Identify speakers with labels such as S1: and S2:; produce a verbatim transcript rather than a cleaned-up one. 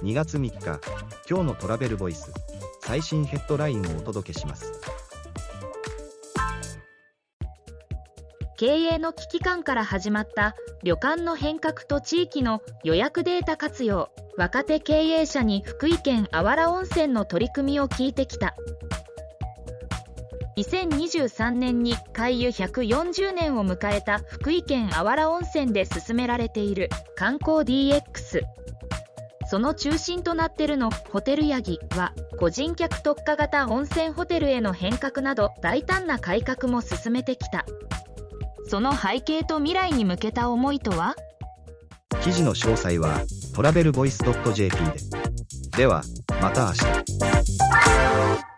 S1: にがつみっか、今日のトラベルボイス、最新ヘッドラインをお届けします。
S2: 経営の危機感から始まった旅館の変革と地域の予約データ活用、若手経営者に福井県あわら温泉の取り組みを聞いてきた。にせんにじゅうさんねんに開湯ひゃくよんじゅうねんを迎えた福井県あわら温泉で進められている観光 ディーエックス。その中心となっているのホテルヤギは、個人客特化型温泉ホテルへの変革など大胆な改革も進めてきた。その背景と未来に向けた思いとは？
S1: 記事の詳細はトラベルボイス .ジェーピー で。ではまた明日。